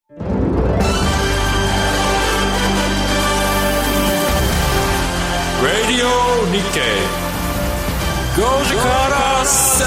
Radio Nikkei 5時から正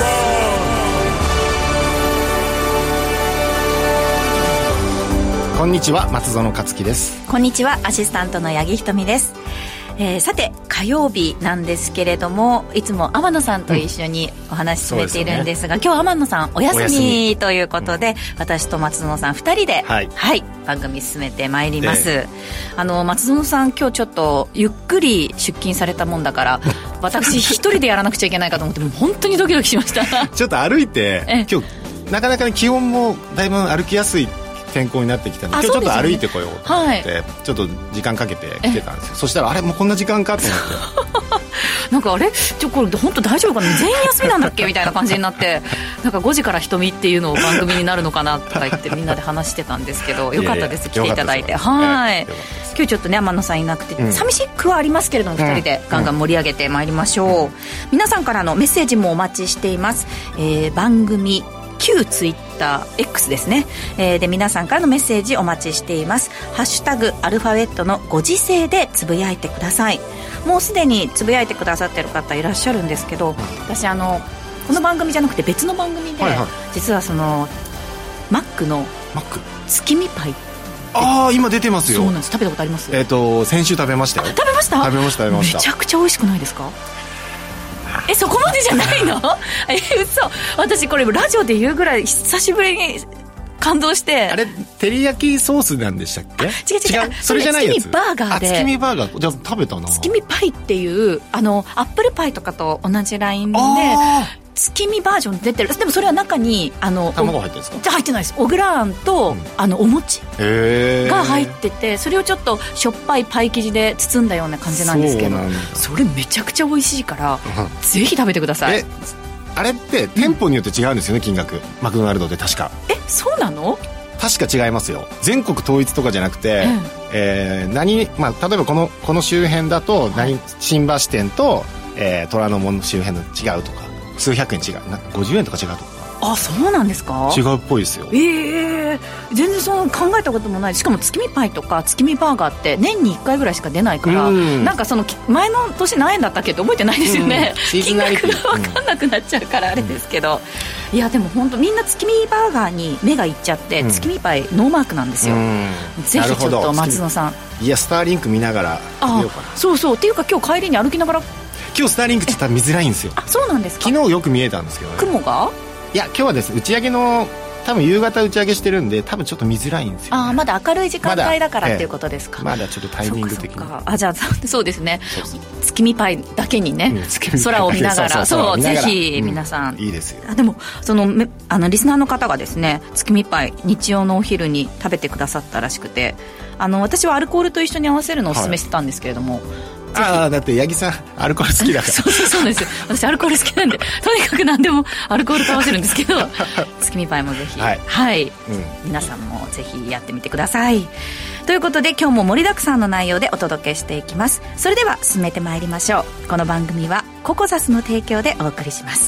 論。こんにちは、松園克樹です。 こんにちは、アシスタントの八木ひとみです。さて火曜日なんですけれども、いつも天野さんと一緒にお話しされているんですが、今日天野さんお休みということで、私と松園さん2人で、番組進めてまいります。松園さん今日ちょっとゆっくり出勤されたもんだから私一人でやらなくちゃいけないかと思ってもう本当にドキドキしましたちょっと歩いて今日なかなか、気温もだいぶ歩きやすい天候になってきたので、今日ちょっと歩いてこようと思って、ちょっと時間かけて来てたんですよ。そしたらあれもうこんな時間かと思ってなんかあれこれ本当大丈夫かな、全員休みなんだっけみたいな感じになってなんか5時から瞳っていうのを番組になるのかなとか言ってみんなで話してたんですけどよかったです、来ていただいて。今日ちょっとね天野さんいなくて、寂しくはありますけれども、2人でガンガン盛り上げてまいりましょう。皆さんからのメッセージもお待ちしています。番組旧ツイッター X ですね、で皆さんからのメッセージお待ちしています。ハッシュタグアルファベットのご時世でつぶやいてください。もうすでにつぶやいてくださってる方いらっしゃるんですけど、私この番組じゃなくて別の番組で、実はそのマックの月見パイ、 今出てますよ。 そうなんです。食べたことあります？ 先週食べましたよ。 食べました？ 食べました。 めちゃくちゃ美味しくないですか？そこまでじゃないの？嘘。私これラジオで言うぐらい久しぶりに感動して。あれ照り焼きソースなんでしたっけ？ 違うそれじゃないやつ。 月見バーガーで。 月見バーガーじゃあ食べたな。 月見パイっていうアップルパイとかと同じラインで月見バージョン出てる。でもそれは中に卵入ってるんですか？ 入ってないです。オグラーンと、お餅が入ってて、それをちょっとしょっぱいパイ生地で包んだような感じなんですけど、それめちゃくちゃ美味しいからぜひ食べてください。 あれって店舗によって違うんですよね、金額。マクドナルドで確か。 そうなの？ 確か違いますよ。全国統一とかじゃなくて、例えばこの周辺だと新橋店と、虎ノ門の周辺の違うとか、数百円違う、50円とか違うとか。 そうなんですか？ 違うっぽいですよ。 全然その考えたこともない。しかも月見パイとか月見バーガーって年に1回ぐらいしか出ないから、なんかその前の年何円だったっけって覚えてないですよね。金額が分かんなくなっちゃうからあれですけど、いやでも本当みんな月見バーガーに目がいっちゃって、月見パイノーマークなんですよ。ぜひちょっと松野さん、 いやスターリンク見ながら食べようかな。 そうっていうか今日帰りに歩きながら、 今日スターリンクちょっと見づらいんですよ。 そうなんですか？ 昨日よく見えたんですけどね。 雲が？いや今日はですね、打ち上げの多分夕方打ち上げしてるんで、多分ちょっと見づらいんですよ、ね。 まだ明るい時間帯だからっていうことですか？ まだちょっとタイミング的に。 じゃあそうですね。月見パイだけにね、空を見ながら、ぜひ皆さん、 いいですよ。 でもそのリスナーの方がですね、月見パイ日曜のお昼に食べてくださったらしくて、私はアルコールと一緒に合わせるのをお勧めしてたんですけれども、 だって八木さんアルコール好きだからそうなんですよ。私アルコール好きなんでとにかく何でもアルコールと合わせるんですけど月見パイもぜひ皆さんもぜひやってみてください。ということで今日も盛りだくさんの内容でお届けしていきます。それでは進めてまいりましょう。この番組はココザスの提供でお送りします。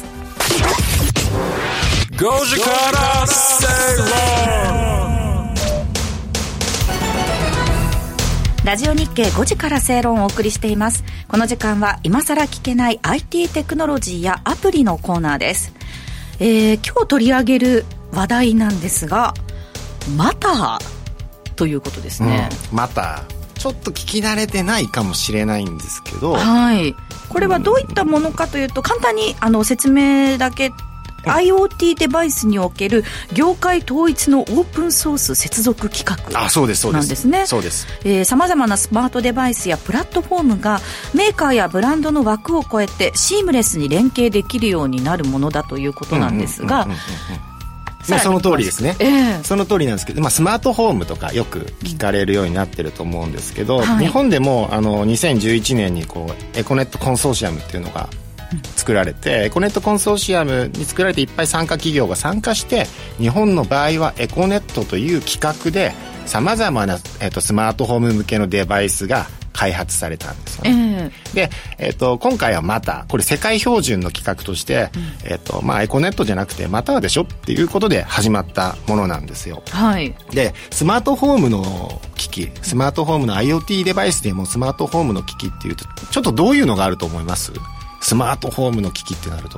5時から正論。 ラジオ日経5時から正論をお送りしています。この時間は今さら聞けない IT テクノロジーやアプリのコーナーです。今日取り上げる話題なんですが、マターということですね。 マターちょっと聞き慣れてないかもしれないんですけど、 これはどういったものかというと、簡単に説明だけ。IoT デバイスにおける業界統一のオープンソース接続規格なんですね。さまざまなスマートデバイスやプラットフォームがメーカーやブランドの枠を超えてシームレスに連携できるようになるものだということなんですが、 その通りですね、その通りなんですけど、スマートホームとかよく聞かれるようになってると思うんですけど、日本でも2011年にエコネットコンソーシアムっていうのが作られて、エコネットコンソーシアムに作られていっぱい参加企業が参加して、日本の場合はエコネットという規格でさまざまな、スマートフォーム向けのデバイスが開発されたんですよね。で、今回はまたこれ世界標準の企画として、エコネットじゃなくてまたはでしょっていうことで始まったものなんですよ。はい。で、スマートフォームの機器、スマートフォームの IoT デバイスでもスマートフォームの機器っていうとちょっとどういうのがあると思います？スマートフォームの機器ってなると。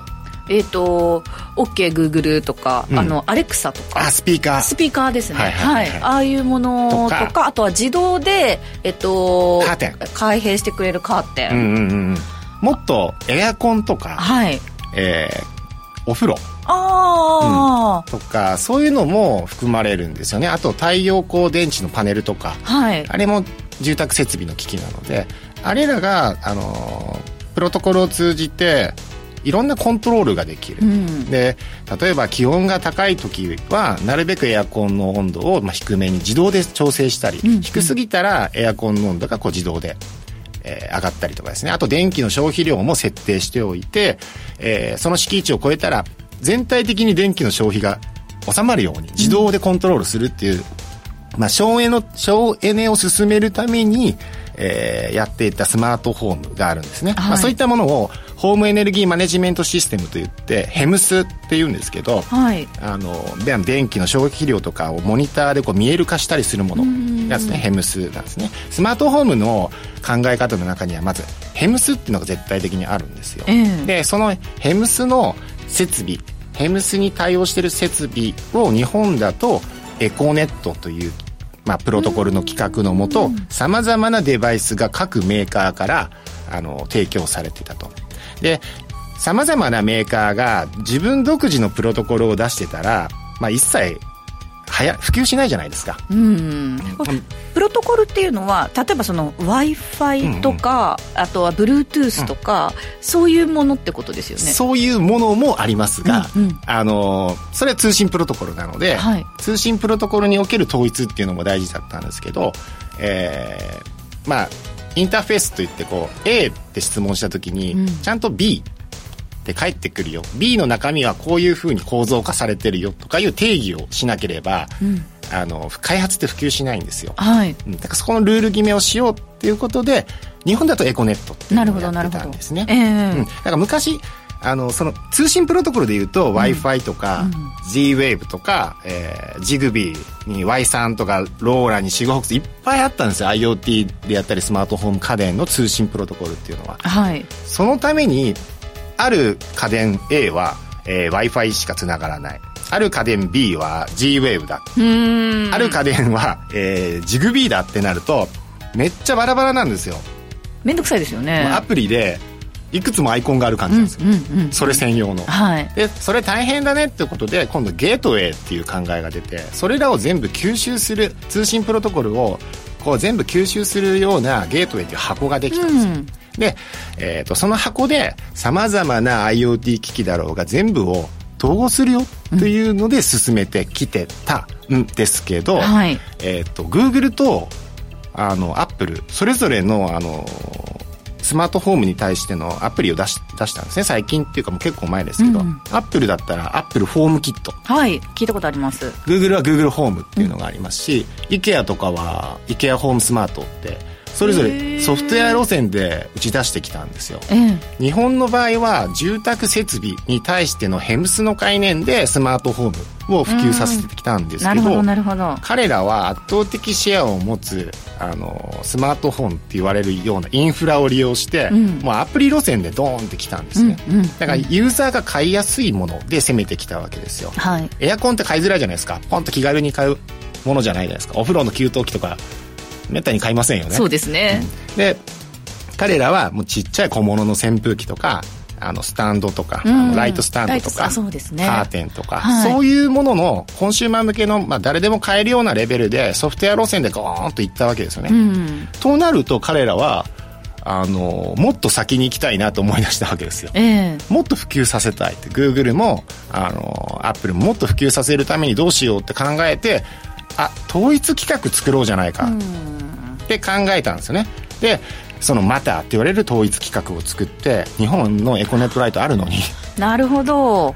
OK Google とか、アレクサとか、 スピーカーですね。はい。ああいうものとか、あとは自動でカーテン開閉してくれるカーテン。 もっとエアコンとか、はい。お風呂。とかそういうのも含まれるんですよね。あと太陽光電池のパネルとか、はい。あれも住宅設備の機器なので、あれらがプロトコルを通じていろんなコントロールができる、で例えば気温が高い時はなるべくエアコンの温度を低めに自動で調整したり、低すぎたらエアコンの温度が自動で、上がったりとかですね。あと電気の消費量も設定しておいて、その敷地を超えたら全体的に電気の消費が収まるように自動でコントロールするっていう、省エネを進めるために、やっていたスマートホームがあるんですね。そういったものをホームエネルギーマネジメントシステムといってヘムスっていうんですけど、はい、電気の消費量とかをモニターで見える化したりするものやつね、ヘムスなんですね。スマートホームの考え方の中にはまずヘムスっていうのが絶対的にあるんですよ。でそのヘムスの設備、ヘムスに対応している設備を日本だとエコネットというプロトコルの規格のもとさまざまなデバイスが各メーカーから提供されていたと。でさまざまなメーカーが自分独自のプロトコルを出してたら、一切普及しないじゃないですか。 プロトコルっていうのは例えばWi-Fi とか、あとは Bluetooth とか、そういうものってことですよね。 そういうものもありますが、それは通信プロトコルなので、はい、通信プロトコルにおける統一っていうのも大事だったんですけど、インターフェースといってA って質問した時に、ちゃんと Bって返ってくるよ、 B の中身はこういうふうに構造化されてるよとかいう定義をしなければ、開発って普及しないんですよ。はい。だからそこのルール決めをしようっていうことで日本だとエコネットっていうのをやってたんですね。だから昔その通信プロトコルでいうと、Wi-Fi とか、Z-Wave とか、Zigbee に Y3 とかローラに456いっぱいあったんですよ。 IoT でやったりスマートフォン家電の通信プロトコルっていうのは、はい、そのためにある家電 A は、Wi-Fi しかつながらない、ある家電 B は G-Wave だ、ある家電は、Zigbee だってなるとめっちゃバラバラなんですよ。 めんどくさいですよね。 アプリでいくつもアイコンがある感じなんですよ、それ専用の、はい、でそれ大変だねってことで今度ゲートウェイっていう考えが出て、それらを全部吸収する通信プロトコルを全部吸収するようなゲートウェイっていう箱ができたんですよ、で、その箱でさまざまな IoT 機器だろうが全部を統合するよというので進めてきてたんですけど、はい、Google とApple それぞれのスマートフォームに対してのアプリを出したんですね。最近っていうかもう結構前ですけど、アップルだったらアップルフォームキット、 はい、聞いたことあります。 Google は Google ホームっていうのがありますし、IKEA とかは IKEA ホームスマートってそれぞれソフトウェア路線で打ち出してきたんですよ、日本の場合は住宅設備に対してのヘムスの概念でスマートフォームを普及させてきたんですけど、 なるほど。 彼らは圧倒的シェアを持つスマートフォンって言われるようなインフラを利用して、もうアプリ路線でドーンってきたんですね、だからユーザーが買いやすいもので攻めてきたわけですよ、はい、エアコンって買いづらいじゃないですか。ポンと気軽に買うものじゃないじゃないですか。お風呂の給湯器とかめったに買いませんよね。 そうですね、 で彼らはもうちっちゃい小物の扇風機とかスタンドとか、ライトスタンドとか、 そうですね、 カーテンとか、はい、そういうもののコンシューマー向けの、誰でも買えるようなレベルでソフトウェア路線でゴーンといったわけですよね、となると彼らはもっと先に行きたいなと思い出したわけですよ、もっと普及させたいって。 Google もApple ももっと普及させるためにどうしようって考えて、統一規格作ろうじゃないかって考えたんですよね。でそのマターって言われる統一規格を作って、日本のエコネットライトあるのになるほど、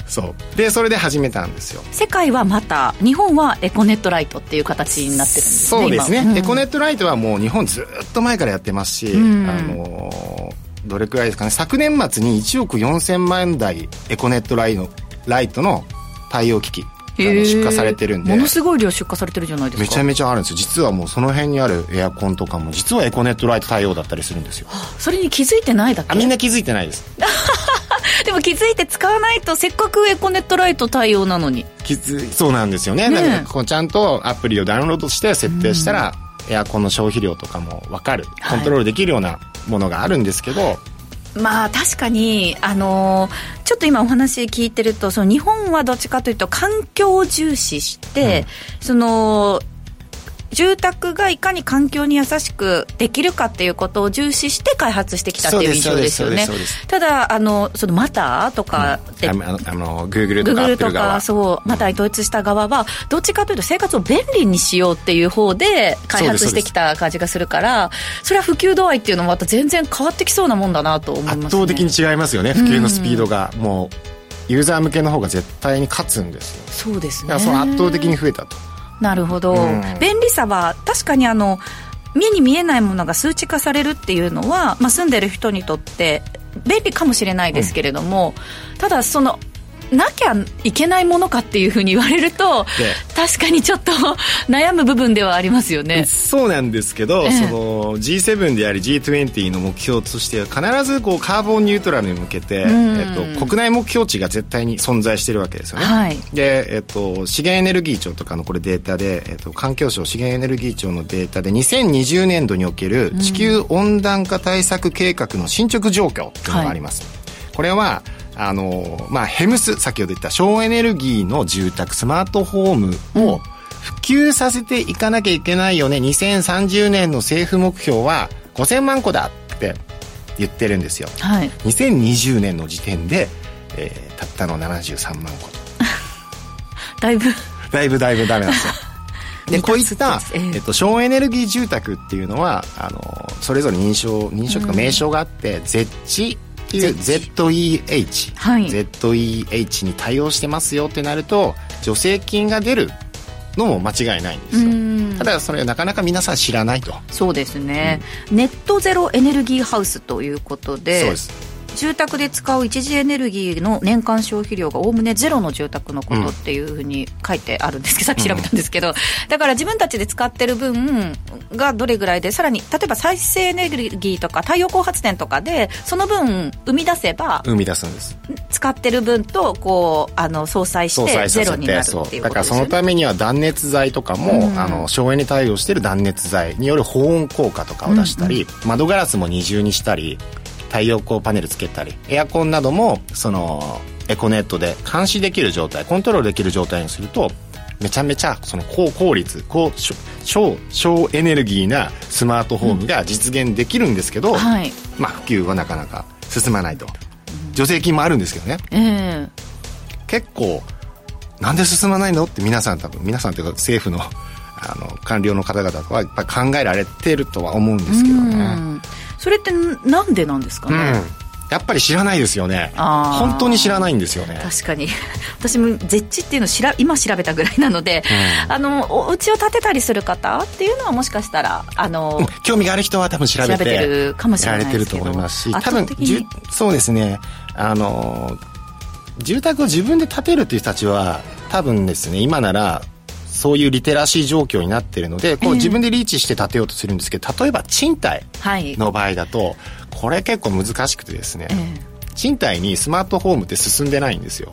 そうでそれで始めたんですよ。 世界はまた日本はエコネットライトっていう形になってるんですね。 そうですね、エコネットライトはもう日本ずっと前からやってますし、どれくらいですかね、昨年末に1億4000万台エコネットライトの対応機器出荷されてるんで、 ものすごい量出荷されてるじゃないですか。 めちゃめちゃあるんですよ。実はもうその辺にあるエアコンとかも実はエコネットライト対応だったりするんですよ。 それに気づいてないだけ。 みんな気づいてないですでも気づいて使わないと、せっかくエコネットライト対応なのに。 そうなんですよね。だからこうちゃんとアプリをダウンロードして設定したら、エアコンの消費量とかも分かる、コントロールできるようなものがあるんですけど、 まあ確かにちょっと今お話聞いてると、その日本はどっちかというと環境を重視して、その住宅がいかに環境に優しくできるかっていうことを重視して開発してきたっていう印象ですよね。ただそのマターとかで、Google とかそうマターに統一した側はどっちかというと生活を便利にしようっていう方で開発してきた感じがするから、それは普及度合いっていうのもまた全然変わってきそうなもんだなと思いますね。 圧倒的に違いますよね、普及のスピードが。もうユーザー向けの方が絶対に勝つんですよ。 そうですね。 だからその圧倒的に増えたと。 なるほど、便利さは確かに目に見えないものが数値化されるっていうのは、住んでる人にとって便利かもしれないですけれども、ただそのなきゃいけないものかっていうふうに言われると、確かにちょっと悩む部分ではありますよね。 そうなんですけど、その G7 であり G20 の目標としては必ずこうカーボンニュートラルに向けて、国内目標値が絶対に存在しているわけですよね。で、資源エネルギー庁とかのこれデータで、環境省資源エネルギー庁のデータで2020年度における地球温暖化対策計画の進捗状況というのがあります。これはヘムス、先ほど言った省エネルギーの住宅、スマートホームを普及させていかなきゃいけないよね。2030年の政府目標は5000万個だって言ってるんですよ。2020年の時点で、たったの73万個だいぶダメなんですよ。でこういった、省エネルギー住宅っていうのはそれぞれ認証とか名称があって、ZEH ZEH に対応してますよってなると助成金が出るのも間違いないんですよ。ただそれはなかなか皆さん知らないと。 そうですね、ネットゼロエネルギーハウスということで、そうです。住宅で使う一次エネルギーの年間消費量がおおむねゼロの住宅のことっていうふうに書いてあるんですけど、さっき調べたんですけど、だから自分たちで使ってる分がどれぐらいで、さらに例えば再生エネルギーとか太陽光発電とかでその分生み出せば、 生み出すんです。 使ってる分とこう相殺してゼロになるっていうことですよね。 だからそのためには断熱材とかも、省エネ対応してる断熱材による保温効果とかを出したり、窓ガラスも二重にしたり、太陽光パネルつけたり、エアコンなどもそのエコネットで監視できる状態、コントロールできる状態にすると、めちゃめちゃその高効率、省エネルギーなスマートホームが実現できるんですけど、普及はなかなか進まないと。助成金もあるんですけどね、結構なんで進まないのって皆さんというか政府の官僚の方々はやっぱり考えられてるとは思うんですけどね。 それってなんでなんですかね。 やっぱり知らないですよね。本当に知らないんですよね。 確かに私もゼッチっていうのを今調べたぐらいなので、お家を建てたりする方っていうのはもしかしたら興味がある人は多分調べてるかもしれないですけど、 やられてると思いますし、多分そうですね、住宅を自分で建てるっていう人たちは多分ですね、今ならそういうリテラシー状況になっているので、こう自分でリーチして建てようとするんですけど、例えば賃貸の場合だと、これ結構難しくてですね、賃貸にスマートホームって進んでないんですよ。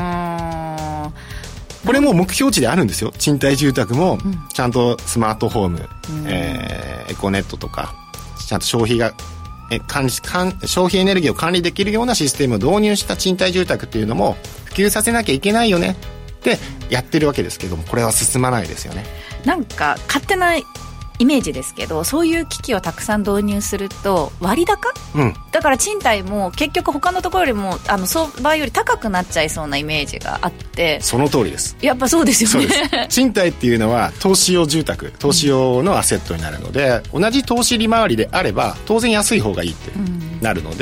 これも目標値であるんですよ。賃貸住宅もちゃんとスマートホーム、エコネットとかちゃんと消費エネルギーを管理できるようなシステムを導入した賃貸住宅っていうのも普及させなきゃいけないよねってやってるわけですけども、これは進まないですよね。 なんか勝手なイメージですけど、そういう機器をたくさん導入すると割高、だから賃貸も結局他のところよりも相場より高くなっちゃいそうなイメージがあって。 その通りです。 やっぱそうですよね。そうです。 賃貸っていうのは投資用住宅、投資用のアセットになるので、同じ投資利回りであれば当然安い方がいいってなるので、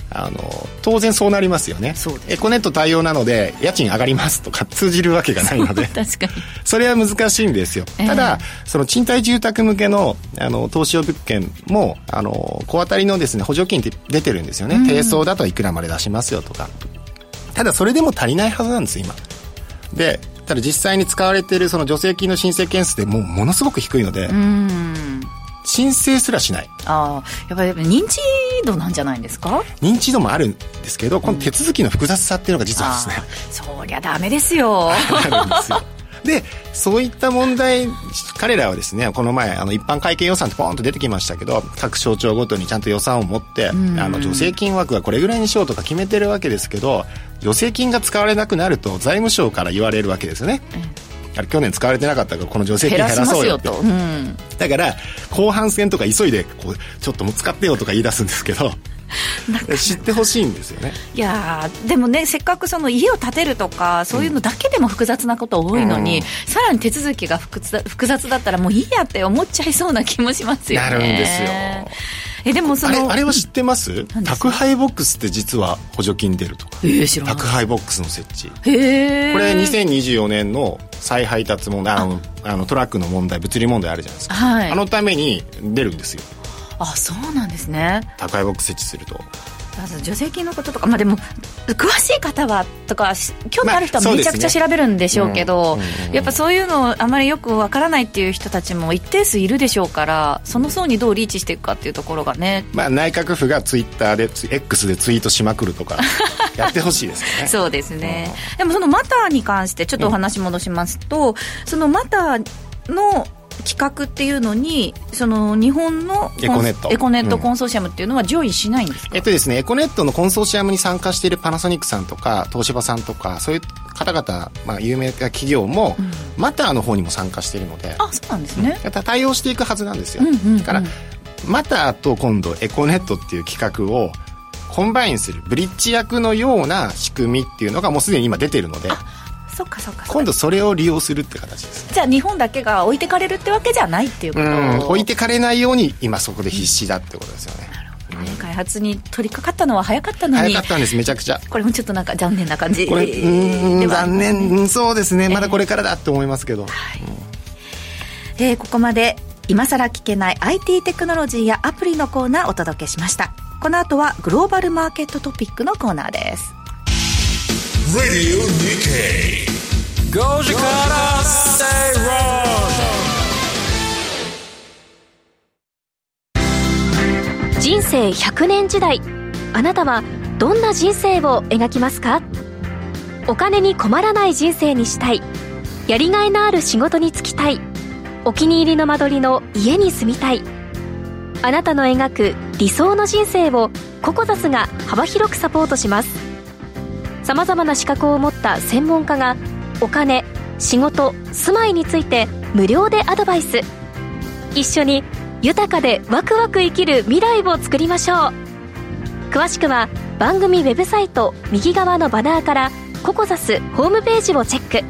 当然そうなりますよね。エコネット対応なので家賃上がりますとか通じるわけがないので確かにそれは難しいんですよ。ただその賃貸住宅向けの投資用物件も小当たりのですね補助金って出てるんですよね。低層だといくらまで出しますよとか。ただそれでも足りないはずなんです今で。ただ実際に使われているその助成金の申請件数でものすごく低いので申請すらしない。 やっぱり認知度なんじゃないんですか。 認知度もあるんですけど、この手続きの複雑さっていうのが実はですね、 そりゃダメですよあるんですよ。でそういった問題、彼らはですねこの前一般会計予算ってポンと出てきましたけど、各省庁ごとにちゃんと予算を持って助成金枠はこれぐらいにしようとか決めてるわけですけど、助成金が使われなくなると財務省から言われるわけですよね。去年使われてなかったからこの助成金減らそうよってだから後半戦とか急いでちょっともう使ってよとか言い出すんですけど知ってほしいんですよね。 いやでもね、せっかくその家を建てるとかそういうのだけでも複雑なこと多いのに、さらに手続きが複雑だったらもういいやって思っちゃいそうな気もしますよね。 なるんですよ。 でもあれは知ってます？宅配ボックスって実は補助金出るとか。 知らない。 宅配ボックスの設置。 これ 2024年の再配達問題、トラックの問題、物理問題あるじゃないですか、 はい、 ために出るんですよ。 そうなんですね。 宅配ボックス設置すると助成金のこととか、でも詳しい方はとか興味ある人はめちゃくちゃ調べるんでしょうけど、やっぱそういうのあまりよくわからないっていう人たちも一定数いるでしょうから、その層にどうリーチしていくかっていうところがね、 内閣府がツイッターで X でツイートしまくるとかやってほしいですよね。 そうですね、でもそのマターに関してちょっとお話戻しますと、そのマターの企画っていうのにその日本のエコネットコンソーシアムっていうのは上位しないんですか？ ですね、エコネットのコンソーシアムに参加しているパナソニックさんとか東芝さんとかそういう方々、有名な企業も、マターの方にも参加しているので、 そうなんですね、 対応していくはずなんですよ、だからマターと今度エコネットっていう企画をコンバインするブリッジ役のような仕組みっていうのがもうすでに今出ているので、 そっか今度それを利用するって形です。 じゃあ日本だけが置いてかれるってわけじゃないっていうこと。 置いてかれないように今そこで必死だってことですよね。 なるほどね、開発に取り掛かったのは早かったのに。 早かったんです、めちゃくちゃ。 これもちょっとなんか残念な感じ。 これ残念、そうですね、まだこれからだって思いますけど、 ここまで今さら聞けない IT テクノロジーやアプリのコーナーをお届けしました。この後はグローバルマーケットトピックのコーナーです。 Radio Nikkei 5時から正論。 人生100年時代、あなたはどんな人生を描きますか？お金に困らない人生にしたい、やりがいのある仕事に就きたい、お気に入りの間取りの家に住みたい。あなたの描く理想の人生をココザスが幅広くサポートします。さまざまな資格を持った専門家がお金、仕事、住まいについて無料でアドバイス。一緒に豊かでワクワク生きる未来を作りましょう。詳しくは番組ウェブサイト右側のバナーからココザスホームページをチェック。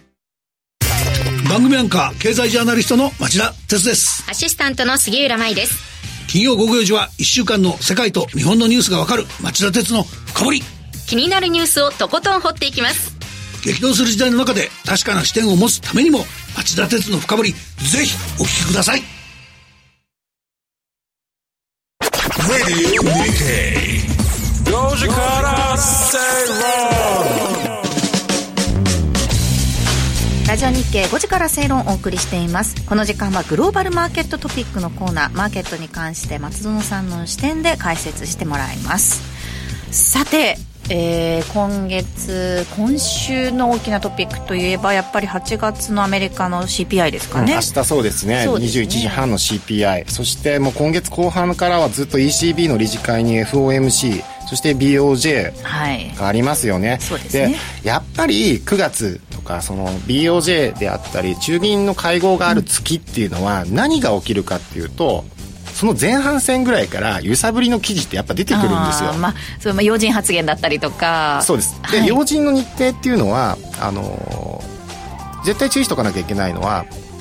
番組アンカー経済ジャーナリストの町田哲です。 アシスタントの杉浦舞です。 金曜午後4時は1週間の世界と日本のニュースがわかる町田哲の深掘り。 気になるニュースをとことん掘っていきます。 激動する時代の中で確かな視点を持つためにも町田哲の深掘り、ぜひお聞きください。 Radio Nikkei 5時から正論。 ラジオ日経5時から正論をお送りしています。この時間はグローバルマーケットトピックのコーナー、マーケットに関して松園さんの視点で解説してもらいます。さて、今週の大きなトピックといえばやっぱり8月のアメリカの CPI ですかね、 明日そうですね、21時半の CPI、 そしてもう今月後半からはずっと ECB の理事会に FOMC、 そして BOJ がありますよね、 そうですね。 でやっぱり9月とかその BOJ であったり中銀の会合がある月っていうのは何が起きるかっていうと、その前半戦ぐらいから揺さぶりの記事ってやっぱ出てくるんですよ。 要人発言だったりとか。 そうです。で、要人の日程っていうのは絶対注意しとかなきゃいけないのは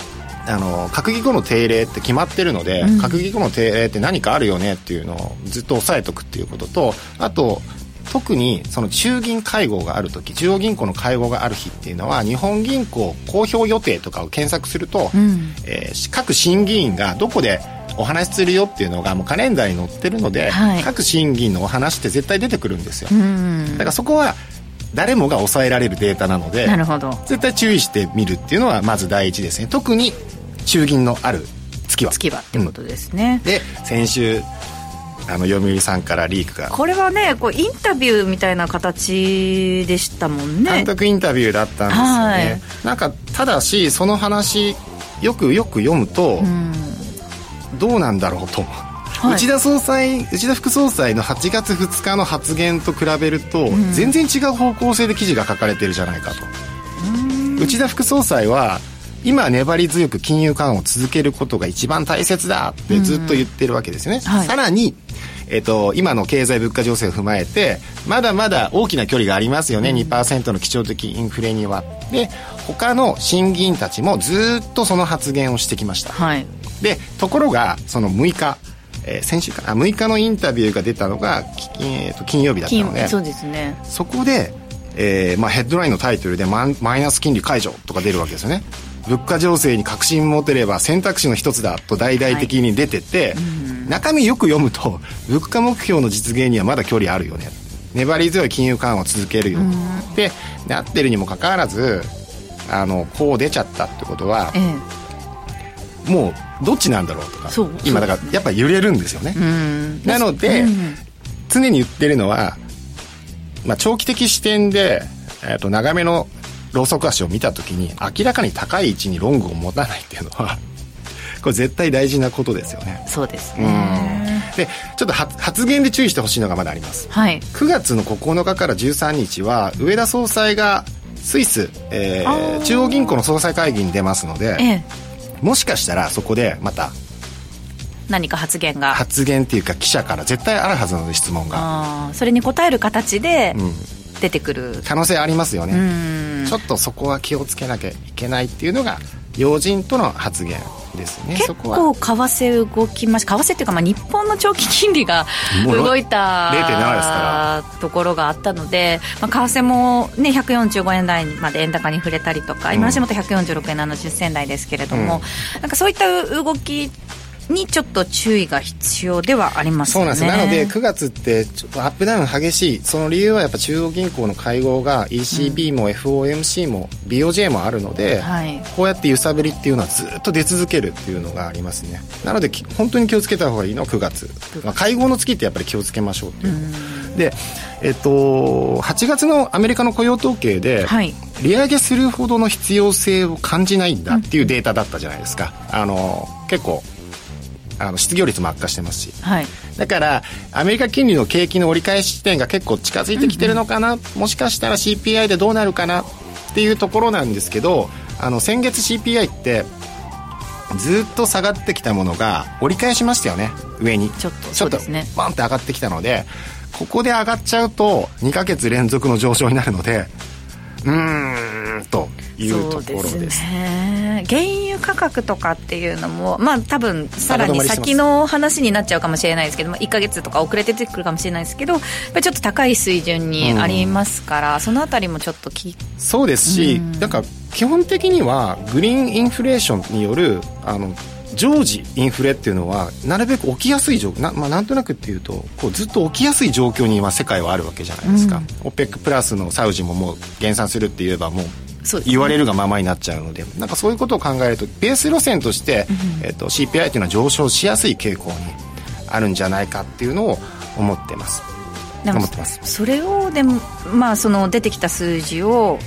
閣議後の定例って決まってるので、閣議後の定例って何かあるよねっていうのをずっと押さえとくっていうことと、あと特にその中銀会合があるとき、中央銀行の会合がある日っていうのは日本銀行公表予定とかを検索すると、各審議員がどこでお話しするよっていうのがもうカレンダーに載ってるので、各審議員のお話って絶対出てくるんですよ。だからそこは誰もが抑えられるデータなので、 なるほど、 絶対注意してみるっていうのはまず第一ですね。特に中銀のある月はってことですね。 で先週読売さんからリークが、 これはねこうインタビューみたいな形でしたもんね。 単独インタビューだったんですよね。なんかただしその話よく読むと、どうなんだろうと、内田副総裁の8月2日の発言と比べると、全然違う方向性で記事が書かれてるじゃないかと。内田副総裁は今粘り強く金融緩和を続けることが一番大切だってずっと言ってるわけですよね。さらに、今の経済物価情勢を踏まえてまだまだ大きな距離がありますよね、2% の基調的インフレには。で他の審議員たちもずっとその発言をしてきました。でところがその6日先週かな、6日のインタビューが出たのが金曜日だったので、 そうですね、 そこで、ヘッドラインのタイトルでマイナス金利解除とか出るわけですよね。物価情勢に確信持てれば選択肢の一つだと大々的に出てて、中身よく読むと物価目標の実現にはまだ距離あるよね、粘り強い金融緩和を続けるよってなってるにもかかわらず、こう出ちゃったってことは、もうどっちなんだろうとか、今だからやっぱ揺れるんですよね。なので、常に言ってるのは、長期的視点で、長めのローソク足を見たときに明らかに高い位置にロングを持たないっていうのはこれ絶対大事なことですよね。 そうですね。 でちょっと発言で注意してほしいのがまだあります。9月の9日から13日は上田総裁がスイス、中央銀行の総裁会議に出ますので、もしかしたらそこでまた何か発言っていうか記者から絶対あるはずなので、質問がそれに答える形で出てくる可能性ありますよね。ちょっとそこは気をつけなきゃいけないっていうのが要人との発言ですね。 結構為替動きました。為替っていうか、日本の長期金利が動いた 0.7 ですからところがあったので、為替も、ね、145円台まで円高に触れたりとか、今足元146円70銭台ですけれども、なんかそういった動きにちょっと注意が必要ではありますよね。 そうなんです。なので9月ってちょっとアップダウン激しい。その理由はやっぱ中央銀行の会合が ECB も FOMC も BOJ もあるので、こうやって揺さぶりっていうのはずっと出続けるっていうのがありますね。なので本当に気をつけた方がいいのは9月、会合の月ってやっぱり気をつけましょうっていう、で、8月のアメリカの雇用統計で、利上げするほどの必要性を感じないんだっていうデータだったじゃないですか。結構失業率も悪化してますし、だからアメリカ金利の景気の折り返し地点が結構近づいてきてるのかな、もしかしたら CPI でどうなるかなっていうところなんですけど、先月 CPI ってずっと下がってきたものが折り返しましたよね。上にちょっとバンって上がってきたので、ここで上がっちゃうと2ヶ月連続の上昇になるので、というところですね。原油価格とかっていうのも、多分さらに先の話になっちゃうかもしれないですけど、1ヶ月とか遅れて出てくるかもしれないですけど、やっぱりちょっと高い水準にありますから、そのあたりもちょっとそうですし、なんか基本的にはグリーンインフレーションによる常時インフレっていうのはなるべく起きやすい状況、なんとなくっていうとこうずっと起きやすい状況に今世界はあるわけじゃないですか。OPEC プラスのサウジももう減産するって言えばもう言われるがままになっちゃうので、なんかそういうことを考えるとベース路線として、CPI っていうのは上昇しやすい傾向にあるんじゃないかっていうのを思ってます。 それをでも、その出てきた数字を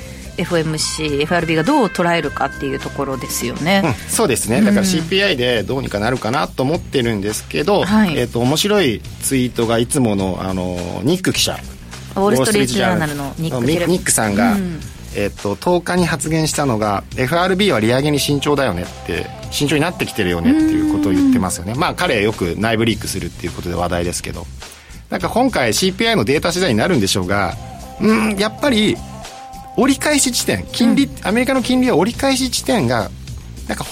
FOMC、FRB がどう捉えるかっていうところですよね。 そうですね。だから CPI でどうにかなるかなと思ってるんですけど、面白いツイートがいつものニック記者、 ウォールストリートジャーナルのニックさんが、10日に発言したのが FRB は利上げに慎重だよねって、慎重になってきてるよねっていうことを言ってますよね。彼よく内部リークするっていうことで話題ですけど、なんか今回 CPI のデータ次第になるんでしょうが、やっぱり折り返し地点、アメリカの金利は折り返し地点がなんかほど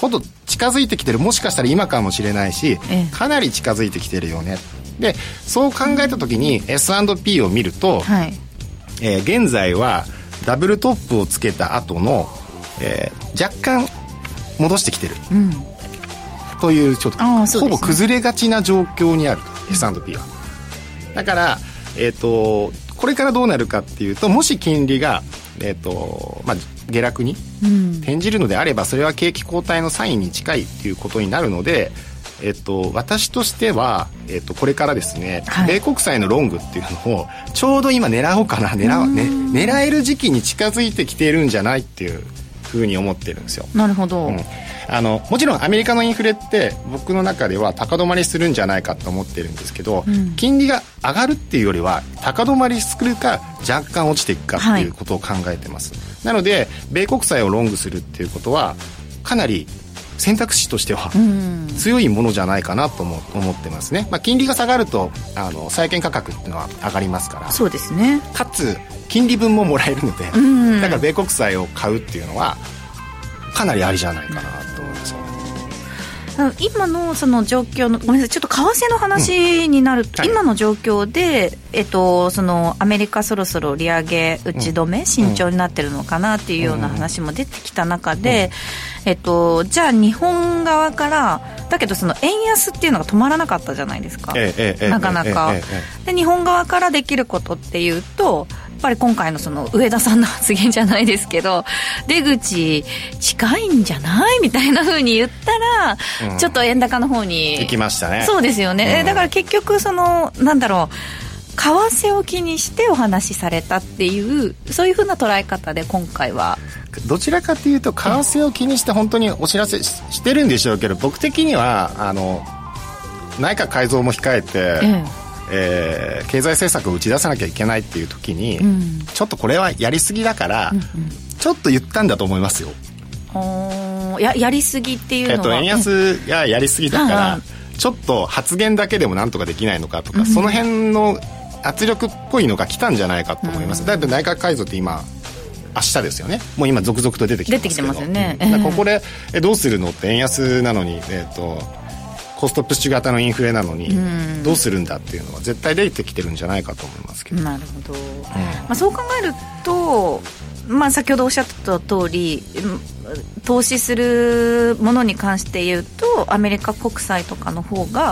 近づいてきてる、もしかしたら今かもしれないし、かなり近づいてきてるよね。でそう考えた時に S&P を見ると、はい、現在はダブルトップをつけた後の、若干戻してきてる、というちょっと、ほぼ崩れがちな状況にあると、S&P は。だから、これからどうなるかっていうと、もし金利が、下落に転じるのであれば、それは景気後退のサインに近いということになるので、私としては、これからですね、はい、米国債のロングっていうのをちょうど今狙おうかな、狙える時期に近づいてきているんじゃないっていうふうに思ってるんですよ。 なるほど、 もちろんアメリカのインフレって僕の中では高止まりするんじゃないかと思ってるんですけど、金利が上がるっていうよりは高止まりするか若干落ちていくかっていうことを考えてます、なので米国債をロングするっていうことはかなり選択肢としては強いものじゃないかなと思ってますね。金利が下がると債券価格っていうのは上がりますから、 そうですね、 かつ金利分ももらえるので、だから米国債を買うっていうのはかなりありじゃないかなと思いますよね。 今のその状況の、ごめんなさい、ちょっと為替の話になると、今の状況で、そのアメリカそろそろ利上げ打ち止め、慎重になってるのかなっていうような話も出てきた中で、じゃあ日本側からだけどその円安っていうのが止まらなかったじゃないですか、なかなか、で日本側からできることっていうと、やっぱり今回のその上田さんの発言じゃないですけど、出口近いんじゃないみたいな風に言ったら、ちょっと円高の方に行きましたね。 そうですよね、だから結局そのなんだろう、為替を気にしてお話しされたっていう、そういう風な捉え方で今回はどちらかというと為替を気にして本当にお知らせしてるんでしょうけど、僕的には内閣改造も控えて、経済政策を打ち出さなきゃいけないっていう時に、ちょっとこれはやりすぎだから、ちょっと言ったんだと思いますよ。 やりすぎっていうのは、 円安がやりすぎだから、ちょっと発言だけでもなんとかできないのかとか、その辺の圧力っぽいのが来たんじゃないかと思います。だいぶ内閣改造って今明日ですよね。もう今続々と出てきてますけど、 ますよね、 ここでどうするのって円安なのに、コストプッシュ型のインフレなのにどうするんだっていうのは絶対出てきてるんじゃないかと思いますけど。 なるほど、そう考えると、先ほどおっしゃった通り、投資するものに関して言うとアメリカ国債とかの方が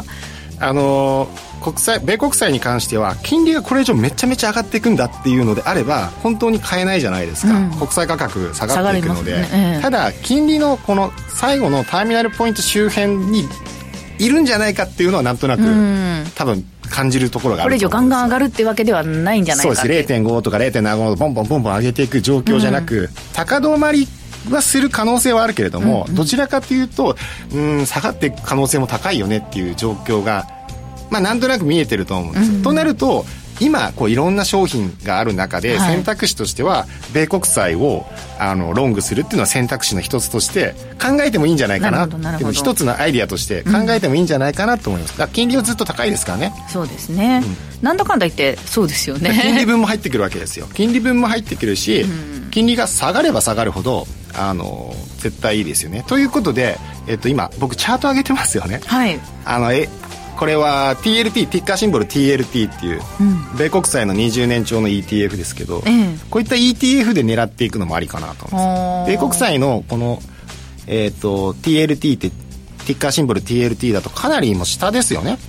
米国債に関しては金利がこれ以上めちゃめちゃ上がっていくんだっていうのであれば本当に買えないじゃないですか、国債価格下がっていくので、ただ金利のこの最後のターミナルポイント周辺にいるんじゃないかっていうのはなんとなく、多分感じるところがある。 これ以上ガンガン上がるってわけではないんじゃないかって。 そうです。 0.5 とか 0.75 とボンボンボンボン上げていく状況じゃなく、高止まりはする可能性はあるけれども、どちらかというと下がっていく可能性も高いよねっていう状況がなんとなく見えてると思うんです、となると今いろんな商品がある中で、選択肢としては米国債をロングするっていうのは選択肢の一つとして考えてもいいんじゃないかな。でも一つのアイディアとして考えてもいいんじゃないかなと思います。だから金利はずっと高いですからね。 そうですね、なんだかんだ言ってそうですよね。 金利分も入ってくるわけですよ。金利分も入ってくるし、金利が下がれば下がるほど絶対いいですよね。ということで、今僕チャート上げてますよね。これは TLT、ティッカーシンボル TLT っていう、米国債の20年長の ETF ですけど、こういった ETF で狙っていくのもありかなと思います。米国債のこの、TLT ってティッカーシンボル TLT だとかなりも下ですよね。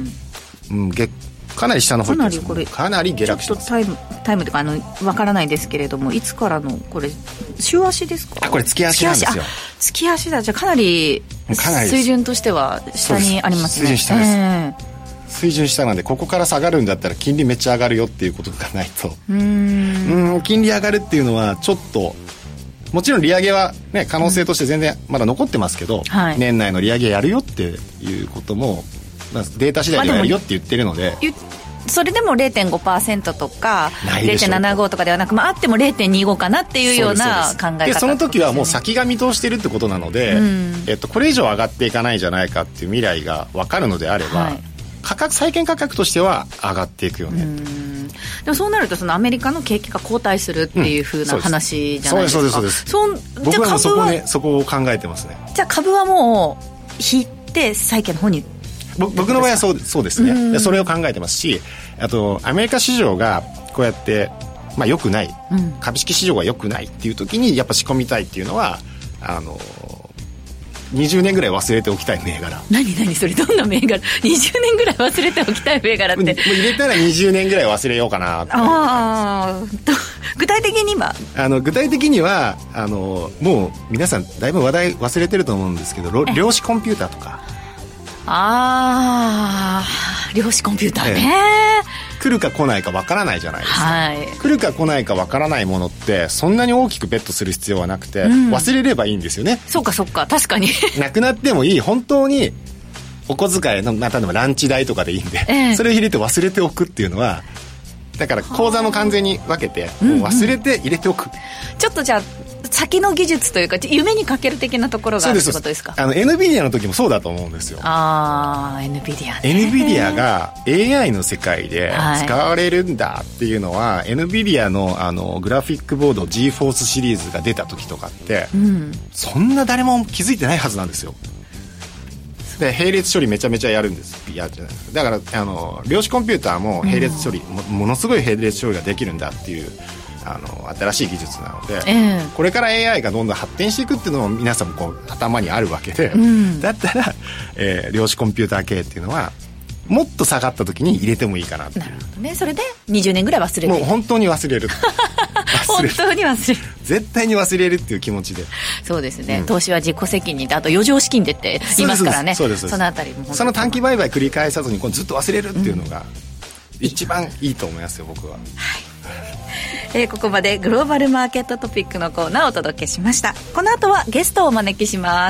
かなり下の方です。かなり下落してます。 ちょっとタイムとかわからないですけれども、いつからのこれ週足ですか？ これ月足なんですよ。 月足だ。じゃあかなり水準としては下にありますね。 水準下です、水準下なんで、ここから下がるんだったら金利めっちゃ上がるよっていうことがないと、金利上がるっていうのはちょっと、もちろん利上げは、可能性として全然まだ残ってますけど、年内の利上げやるよっていうことも、データ次第でやるよって言ってるので、 それでも 0.5% とか 0.75 とかではなく、あっても 0.25 かなっていうような考え方で、その時はもう先が見通してるってことなので、これ以上上がっていかないんじゃないかっていう未来が分かるのであれば、 債券価格としては上がっていくよね。 でもそうなるとそのアメリカの景気が後退するっていう風な話じゃないですか。 そうです僕はもうそこを考えてますね。 じゃあ株はもう引いて債券の方に、 僕の場合はそうですね。それを考えてますし、あとアメリカ市場がこうやって良くない、株式市場が良くないっていう時にやっぱ仕込みたいっていうのは20年ぐらい忘れておきたい銘柄。 何それ、どんな銘柄？20年ぐらい忘れておきたい銘柄ってもう入れたら20年ぐらい忘れようかなって。 具体的には具体的にはもう皆さんだいぶ話題忘れてると思うんですけど、量子コンピューターとか。 量子コンピューターね、 来るか来ないかわからないじゃないですか、 はい、 来るか来ないかわからないものってそんなに大きくベットする必要はなくて、忘れればいいんですよね。 そうか確かになくなってもいい、本当にお小遣いの、例えばランチ代とかでいいんで、それを入れて忘れておくっていうのは、だから口座も完全に分けてもう忘れて入れておく、 ちょっとじゃあ先の技術というか夢にかける的なところがあるってことですか。 NVIDIA の時もそうだと思うんですよ。NVIDIA が AI の世界で使われるんだっていうのは、NVIDIA のグラフィックボード GeForce シリーズが出た時とかって、そんな誰も気づいてないはずなんですよ。で並列処理めちゃめちゃやるんです。だから量子コンピューターも並列処理、ものすごい並列処理ができるんだっていう新しい技術なので、これから AI がどんどん発展していくっていうのも皆さんもこう頭にあるわけで、だったら、量子コンピューター系っていうのはもっと下がった時に入れてもいいかなっていう。 なるほどね。それで20年ぐらい忘れる。 もう本当に忘れる本当に忘れる、 絶対に忘れるっていう気持ちで。 そうですね、投資は自己責任で、あと余剰資金でって言いますからね。そのあたりもその短期売買繰り返さずにずっと忘れるっていうのが一番いいと思いますよ、僕は。 ここまでグローバルマーケットトピックのコーナーをお届けしました。この後はゲストをお招きします。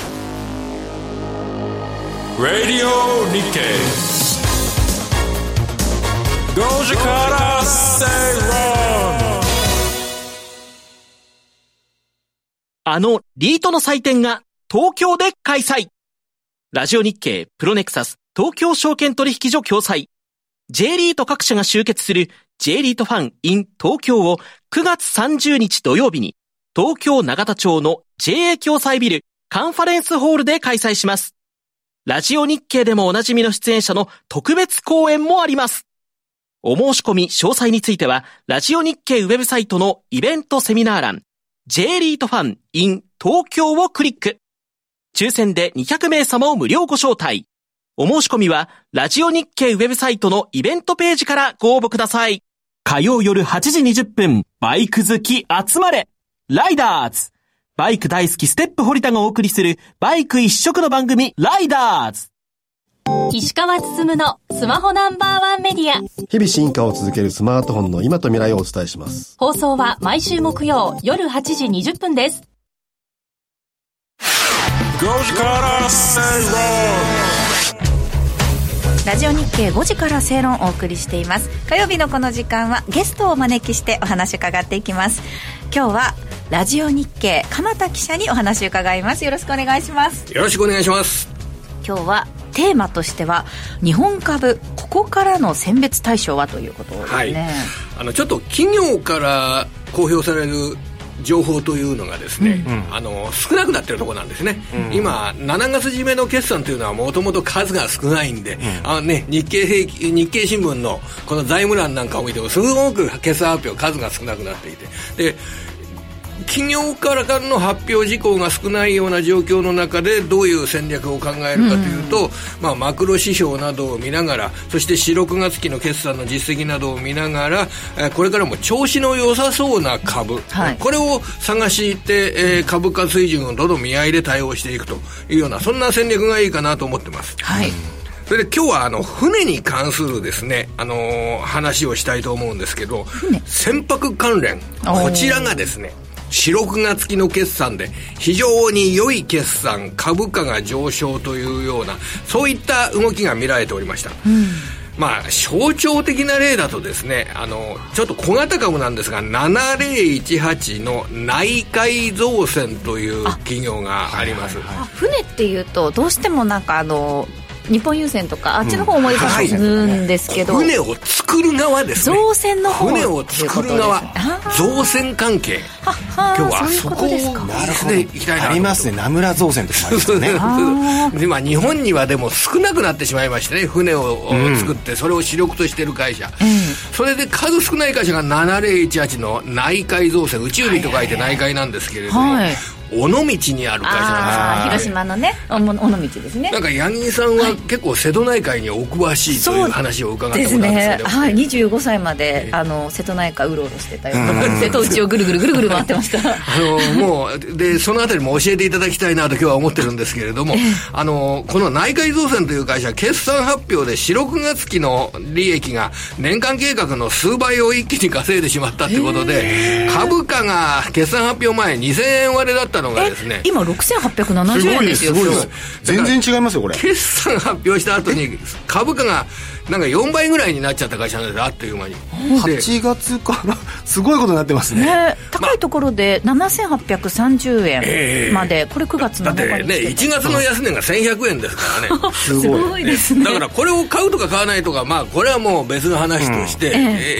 Radio Nikkei 5時から正論。 リートの祭典が東京で開催。ラジオ日経プロネクサス東京証券取引所共催 J リート各社が集結する J リートファン in 東京を9月30日土曜日に東京永田町の JA 共催ビルカンファレンスホールで開催します。ラジオ日経でもおなじみの出演者の特別講演もあります。お申し込み詳細についてはラジオ日経ウェブサイトのイベントセミナー欄 J リートファン in 東京をクリック。抽選で200名様を無料ご招待。お申し込みはラジオ日経ウェブサイトのイベントページからご応募ください。火曜夜8時20分、バイク好き集まれライダーズ。バイク大好きステップ堀田がお送りするバイク一色の番組ライダーズ。 石川つつむのスマホナンバーワンメディア。 日々進化を続けるスマートフォンの今と未来をお伝えします。 放送は毎週木曜夜8時20分です。 5時から正論。 ラジオ日経5時から正論をお送りしています。火曜日のこの時間はゲストをお招きしてお話を伺っていきます。今日はラジオ日経鎌田記者にお話を伺います。よろしくお願いします。 よろしくお願いします。 今日はテーマとしては日本株ここからの選別対象はということですね。 はい、ちょっと企業から公表される情報というのがですね、少なくなってるところなんですね、今7月締めの決算というのはもともと数が少ないんで、日経新聞のこの財務欄なんかを見てもすごく決算発表数が少なくなっていて、で企業からの発表事項が少ないような状況の中でどういう戦略を考えるかというと、マクロ指標などを見ながら、そして4、6月期の決算の実績などを見ながら、これからも調子の良さそうな株、これを探して、株価水準をどんどん見合いで対応していくというような、そんな戦略がいいかなと思ってます。それで今日は船に関するですね、話をしたいと思うんですけど、船舶関連、こちらがですね4、6月期の決算で非常に良い決算、株価が上昇というような、そういった動きが見られておりました。象徴的な例だとですね、ちょっと小型株なんですが7018の内海造船という企業があります。 船っていうとどうしてもなんか日本郵船とかあっちの方を思い出すんですけど、 船を作る側ですね。 造船の方、 船を作る側、造船関係。今日はそこをですね、行きたいなと。 ありますね、名村造船とかありますね。 今日本にはでも少なくなってしまいましてね、船を作ってそれを主力としている会社、それで数少ない会社が7018の内海造船、宇宙日と書いて内海なんですけれども、尾道にある会社なんです。 広島のね、尾道ですね。 なんか八木さんは結構瀬戸内海にお詳しいという話を伺ったことなんですけど、 はい、25歳まで瀬戸内海うろうろしてたような、瀬戸内をぐるぐるぐるぐる回ってました。 もうでそのあたりも教えていただきたいなと今日は思ってるんですけれども、この内海造船という会社、決算発表で4、6月期の利益が年間計画の数倍を一気に稼いでしまったということで、株価が決算発表前2000円割れだったのがですね、 今6870円ですよ。 全然違いますよこれ。 決算発表した後に株価がなんか4倍ぐらいになっちゃった会社なんですよ、あっという間に。 8月からすごいことになってますね。 高いところで7830円まで、これ9月のだってね、1月の安値が1100円ですからね。 すごいですね。 だからこれを買うとか買わないとか、まあこれはもう別の話として、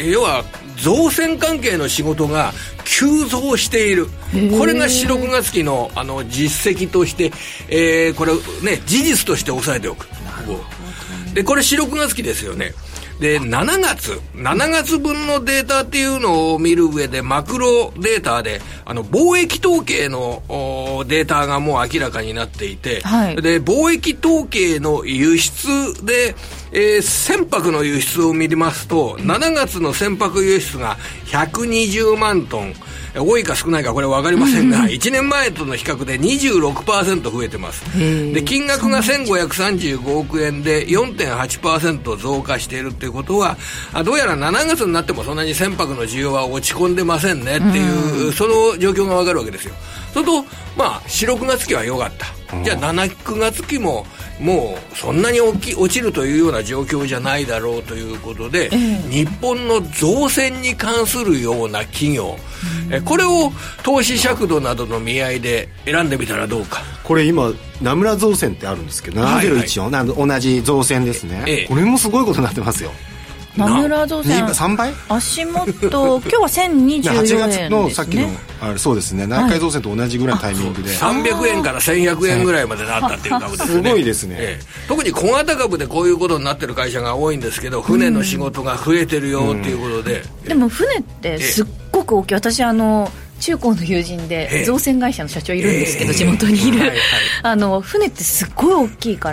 要は造船関係の仕事が急増している。これが4、6月期の実績として、これね、事実として押さえておく。でこれ4、6月期ですよね。で7月分のデータっていうのを見る上で、マクロデータで貿易統計のデータがもう明らかになっていて、で貿易統計の輸出で、船舶の輸出を見ますと、7月の船舶輸出が120万トン、多いか少ないかこれ分かりませんが、1年前との比較で 26% 増えてます。で金額が1535億円で 4.8% 増加しているということは、どうやら7月になってもそんなに船舶の需要は落ち込んでませんねっていう、その状況が分かるわけですよ。それとまあ4、6月期は良かった。じゃあ7、9月期ももうそんなに落ちるというような状況じゃないだろうということで、日本の造船に関するような企業、これを投資尺度などの見合いで選んでみたらどうか。 これ今名村造船ってあるんですけど、701、同じ造船ですね、これもすごいことになってますよ。 名村造船 3倍足元今日は1024円ですね。 8月のさっきのそうですね、内海造船と同じぐらいのタイミングで、 300円から1100円ぐらいまでなったっていう株ですね。 すごいですね、 特に小型株でこういうことになってる会社が多いんですけど、船の仕事が増えてるよっていうことで、 でも船ってすっごく大きい。私中高の友人で造船会社の社長いるんですけど、地元にいる、船ってすっごい大きいから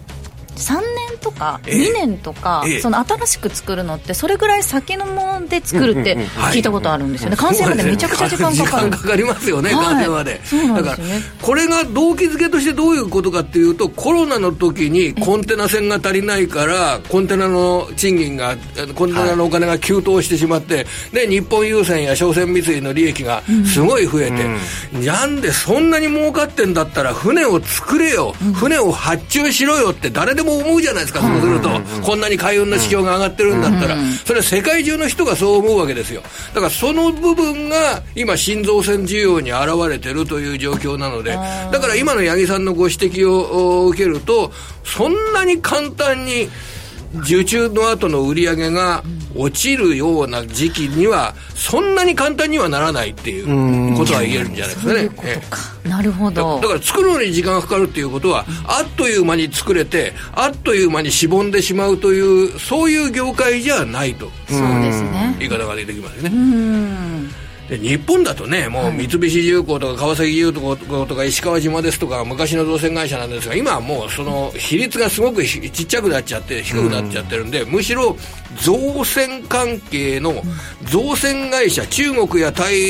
、3年とか2年とか、その新しく作るのってそれぐらい先のもので作るって聞いたことあるんですよね。完成までめちゃくちゃ時間かかる。 時間かかりますよね、完成まで。だからこれが動機づけとしてどういうことかっていうと、コロナの時にコンテナ船が足りないからコンテナの賃金が、コンテナのお金が急騰してしまって、で日本郵船や商船三井の利益がすごい増えて、なんでそんなに儲かってんだったら船を作れよ、船を発注しろよって誰でも思うじゃないですか。そうするとこんなに海運の指標が上がってるんだったら、それは世界中の人がそう思うわけですよ。だからその部分が今新造船需要に現れてるという状況なので、だから今の八木さんのご指摘を受けると、そんなに簡単に受注の後の売り上げが落ちるような時期にはそんなに簡単にはならないっていうことは言えるんじゃないですかね。 そういうことか。なるほど。 だから作るのに時間がかかるっていうことは、あっという間に作れてあっという間にしぼんでしまうという、そういう業界じゃないと、 そうですね、 言い方が出てきますよね。で日本だとね、もう三菱重工とか川崎重工とか石川島ですとか昔の造船会社なんですが、今はもうその比率がすごくちっちゃくなっちゃって低くなっちゃってるんで、むしろ造船関係の造船会社、中国や北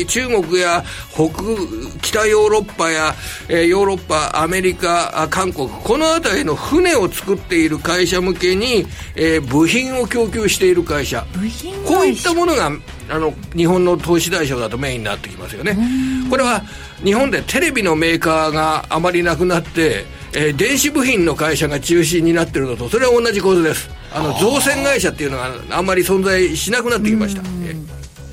ヨーロッパや、ヨーロッパ、アメリカ、韓国、この辺りの船を作っている会社向けに、部品を供給している会社、こういったものが日本の投資対象だとメインになってきますよね。これは日本でテレビのメーカーがあまりなくなって、電子部品の会社が中心になっているのとそれは同じ構図です。造船会社っていうのがあんまり存在しなくなってきました。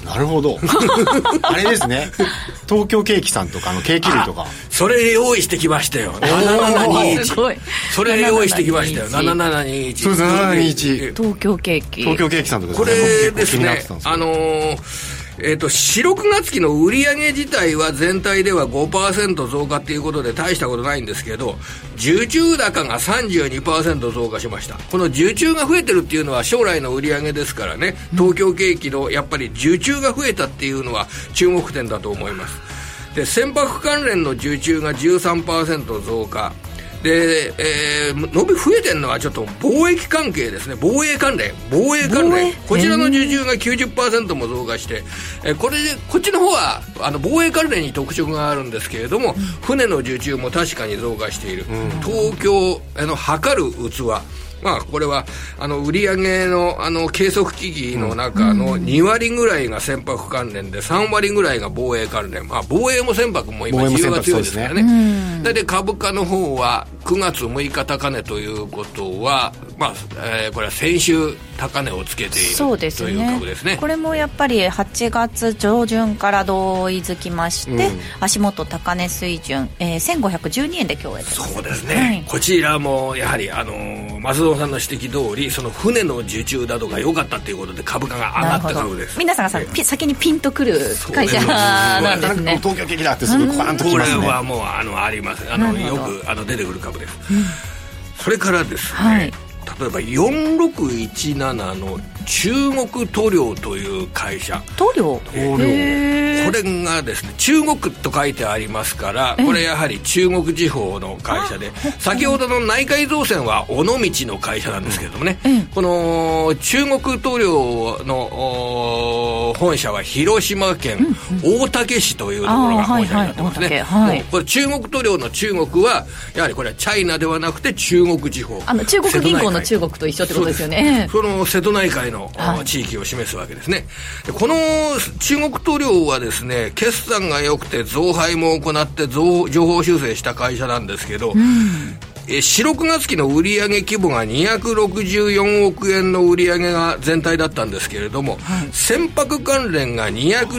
なるほどあれですね、東京ケーキさんとかケーキ類とかそれ用意してきましたよ。7721 すごい。 それ用意してきましたよ。7721。 そうです、7721。 東京ケーキ。 東京ケーキさんとかこれですね、4、6月期の売上自体は全体では 5% 増加ということで大したことないんですけど、受注高が 32% 増加しました。この受注が増えてるっていうのは将来の売上ですからね、東京景気のやっぱり受注が増えたっていうのは注目点だと思います。で、船舶関連の受注が 13% 増加で、伸び増えてるのはちょっと貿易関係ですね。防衛関連こちらの受注が 90% も増加して、こっちの方は防衛関連に特色があるんですけれども、船の受注も確かに増加している。東京測る器、これは売上の計測機器の中の2割ぐらいが船舶関連で3割ぐらいが防衛関連。防衛も船舶も今需要が強いですからね。で株価の方は9月6日高値ということは、これは先週高値をつけているという株ですね。 これもやっぱり8月上旬から同意づきまして、足元高値水準、1512円で今日得てます。 そうですね、こちらもやはり松戸さんの指摘通り、その船の受注などが良かったということで株価が上がった株です。 皆さんが先にピンとくる会社なんですね。 東京景気だってすぐコーンときますね。 これはもうあります。よく出てくる株です。それからですね、例えば4617の中国塗料という会社。 塗料これがですね、中国と書いてありますから、これやはり中国地方の会社で、先ほどの内海造船は尾道の会社なんですけれどもね、この中国塗料の本社は広島県大竹市というところが本社になってますね。これ中国塗料の中国はやはりこれはチャイナではなくて中国地方、 中国銀行の中国と一緒ってことですよね。 その瀬戸内海の地域を示すわけですね。でこの中国塗料はですね、決算が良くて増配も行って情報修正した会社なんですけど、4、6月期の売上規模が264億円の売上が全体だったんですけれども、船舶関連が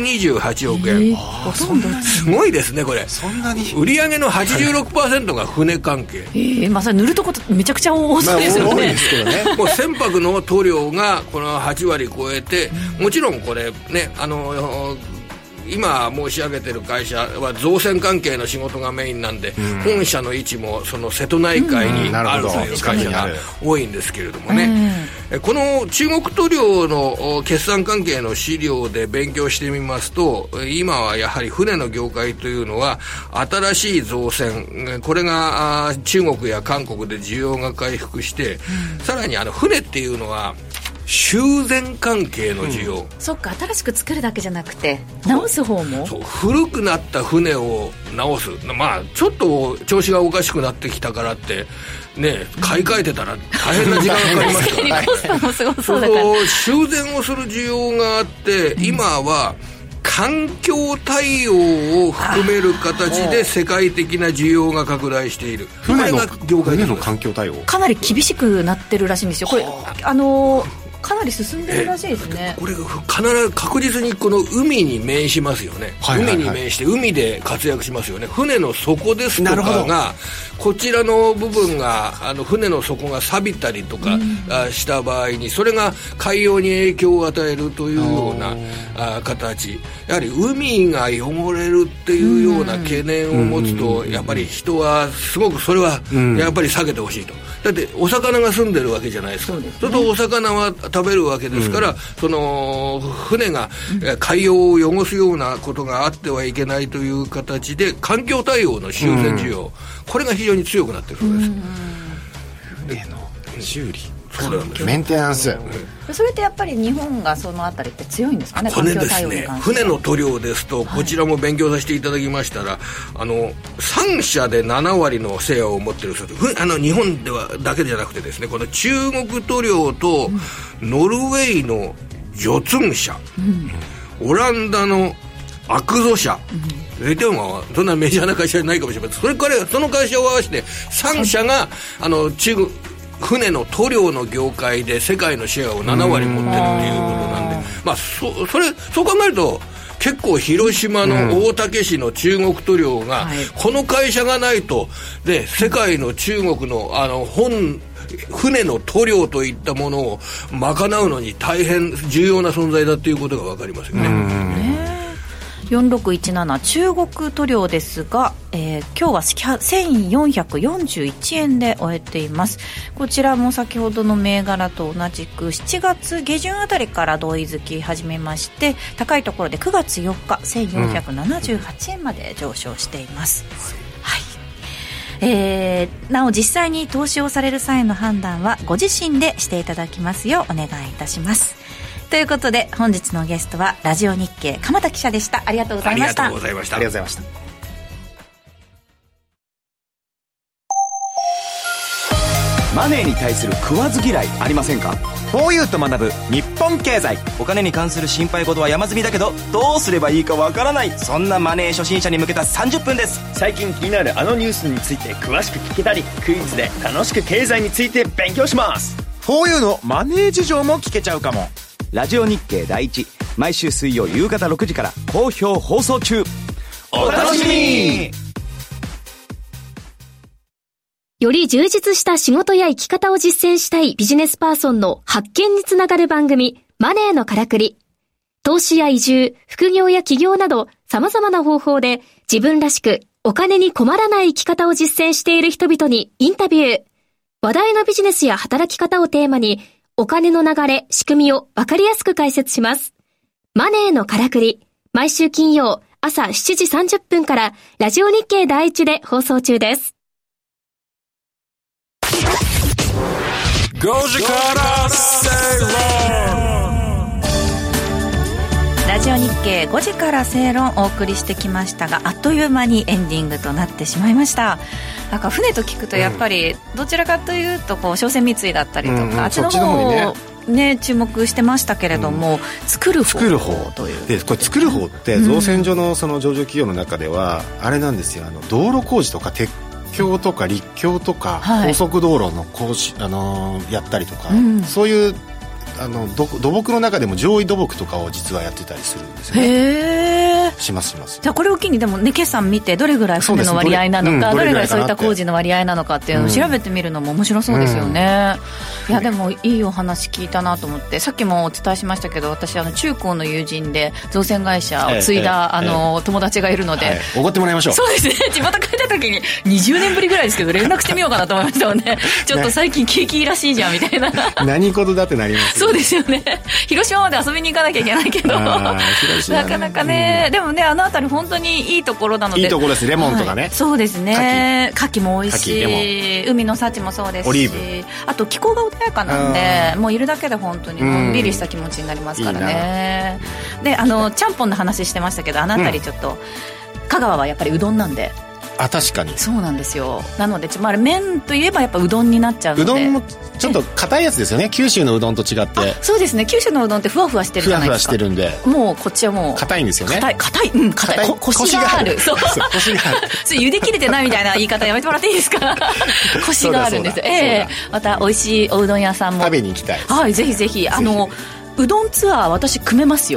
228億円、すごいですね。これそんなに売上の 86% が船関係。 それ塗るとこめちゃくちゃ多そうですよね。 もう船舶の塗料がこの8割超えて、もちろんこれね、今申し上げてる会社は造船関係の仕事がメインなんで、本社の位置もその瀬戸内海にあるという会社が多いんですけれどもね、この中国塗料の決算関係の資料で勉強してみますと、今はやはり船の業界というのは新しい造船、これが中国や韓国で需要が回復して、さらに船っていうのは修繕関係の需要、 そっか、新しく作るだけじゃなくて直す方も、 古くなった船を直す、ちょっと調子がおかしくなってきたからってね、買い替えてたら大変な時間がかかりますからね。 コストもすごそうだから、 修繕をする需要があって、今は環境対応を含める形で世界的な需要が拡大している。 船の環境対応かなり厳しくなってるらしいんですよ。これかなり進んでるらしいですね。 これが必ず確実にこの海に面しますよね、海に面して海で活躍しますよね。船の底ですとかが、こちらの部分が船の底が錆びたりとかした場合に、それが海洋に影響を与えるというような形、やはり海が汚れるっていうような懸念を持つと、やっぱり人はすごくそれはやっぱり避けてほしいと。だってお魚が住んでるわけじゃないですか。そうするとお魚は食べるわけですから、その船が海洋を汚すようなことがあってはいけないという形で、環境対応の修繕需要、これが非常に強くなっているそうです。 船の修理、メンテナンス、 それってやっぱり日本がそのあたりって強いんですかね。 これですね、船の塗料ですと、こちらも勉強させていただきましたら、3社で7割のシェアを持っているそうです。日本ではだけじゃなくてですね、この中国塗料とノルウェーのジョツン社、オランダのアクゾ社、でもそんなメジャーな会社じゃないかもしれません。それからその会社を合わせて3社が船の塗料の業界で世界のシェアを7割持ってるっていうことなんで、そう考えると結構広島の大竹市の中国塗料が、この会社がないとで世界の中国の船の塗料といったものを賄うのに大変重要な存在だということが分かりますよね。 4617中国塗料ですが、今日は1441円で終えています。こちらも先ほどの銘柄と同じく7月下旬あたりから同意付き始めまして、高いところで9月4日1478円まで上昇しています。なお実際に投資をされる際の判断はご自身でしていただきますようお願いいたします。ということで本日のゲストはラジオ日経鎌田記者でした。ありがとうございました。 ありがとうございました。 ありがとうございました。 マネーに対する食わず嫌いありませんか？ 4U と学ぶ日本経済。お金に関する心配事は山積みだけどどうすればいいかわからない、そんなマネー初心者に向けた30分です。 最近気になるあのニュースについて詳しく聞けたり、クイズで楽しく経済について勉強します。 4U のマネー事情も聞けちゃうかも。ラジオ日経第一、毎週水曜夕方6時から好評放送中。 お楽しみに。 より充実した仕事や生き方を実践したいビジネスパーソンの発見につながる番組、マネーのからくり。投資や移住、副業や起業など様々な方法で自分らしくお金に困らない生き方を実践している人々にインタビュー。話題のビジネスや働き方をテーマにお金の流れ、仕組みをわかりやすく解説します。マネーのからくり。毎週金曜朝7時30分からラジオ日経第一で放送中です。 5時から正論。 ラジオ日経5時から正論をお送りしてきましたが、あっという間にエンディングとなってしまいました。なんか船と聞くとやっぱりどちらかというとこう商船三井だったりとか、あっちの方をね注目してましたけれども、作る方というで、これ作る方って造船所のその上場企業の中ではあれなんですよ、道路工事とか鉄橋とか陸橋とか高速道路の工事、やったりとか、そういう土木の中でも上位土木とかを実はやってたりするんですよね。 へー、 しますじゃあこれを機にでもね決算見てどれぐらい船の割合なのか、どれぐらいそういった工事の割合なのかっていうのを調べてみるのも面白そうですよね。いやでもいいお話聞いたなと思って、さっきもお伝えしましたけど、私中高の友人で造船会社を継いだ、友達がいるので、 おごってもらいましょう。 そうですね、地元帰った時に20年ぶりぐらいですけど連絡してみようかなと思いましたもんね。ちょっと最近景気いいらしいじゃんみたいな何事だってなりますそうですよね。広島まで遊びに行かなきゃいけないけどなかなかね、でもねあの辺り本当にいいところなので、 いいところです。レモンとかね、 そうですね、牡蠣も美味しい、海の幸もそうですし、 オリーブ、 あと気候が穏やかなんでもういるだけで本当にのんびりした気持ちになりますからね。でちゃんぽんの話してましたけど、あの辺りちょっと、香川はやっぱりうどんなんで、 確かにそうなんですよ。なので麺といえばやっぱうどんになっちゃうので、 うどんもちょっと硬いやつですよね、九州のうどんと違って。 そうですね、九州のうどんってふわふわしてるじゃないですか。 ふわふわしてるんで、 もうこっちはもう硬いんですよね。 硬い、コシがある。そう腰がある。 それ茹で切れてないみたいな言い方やめてもらっていいですか。コシがあるんですよ。また美味しいおうどん屋さんも食べに行きたいです。 はい、ぜひぜひうどんツアー私組めますよ。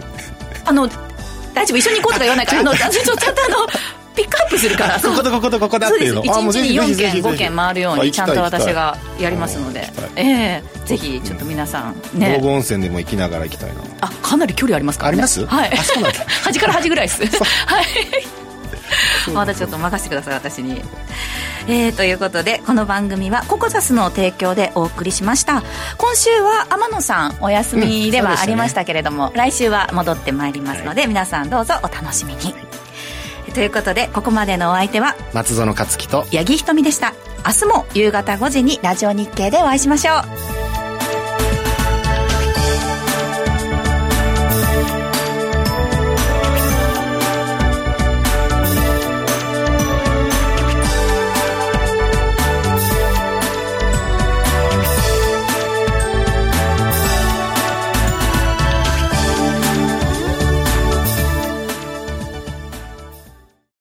大丈夫、一緒に行こうとか言わないからちゃんとピックアップするから、 こことここだっていうの、 1日に4軒5軒回るようにちゃんと私がやりますので、ぜひちょっと皆さんね、 道後温泉でも行きながら行きたいな。 かなり距離ありますからね。 あります？ はい、 そうなんだ。 端から端ぐらいです。はい、またちょっと任せてください私に。ということでこの番組はココザスの提供でお送りしました。今週は天野さんお休みではありましたけれども、来週は戻ってまいりますので、皆さんどうぞお楽しみに。ということでここまでのお相手は松園克樹と八木ひとみでした。明日も夕方5時にラジオ日経でお会いしましょう。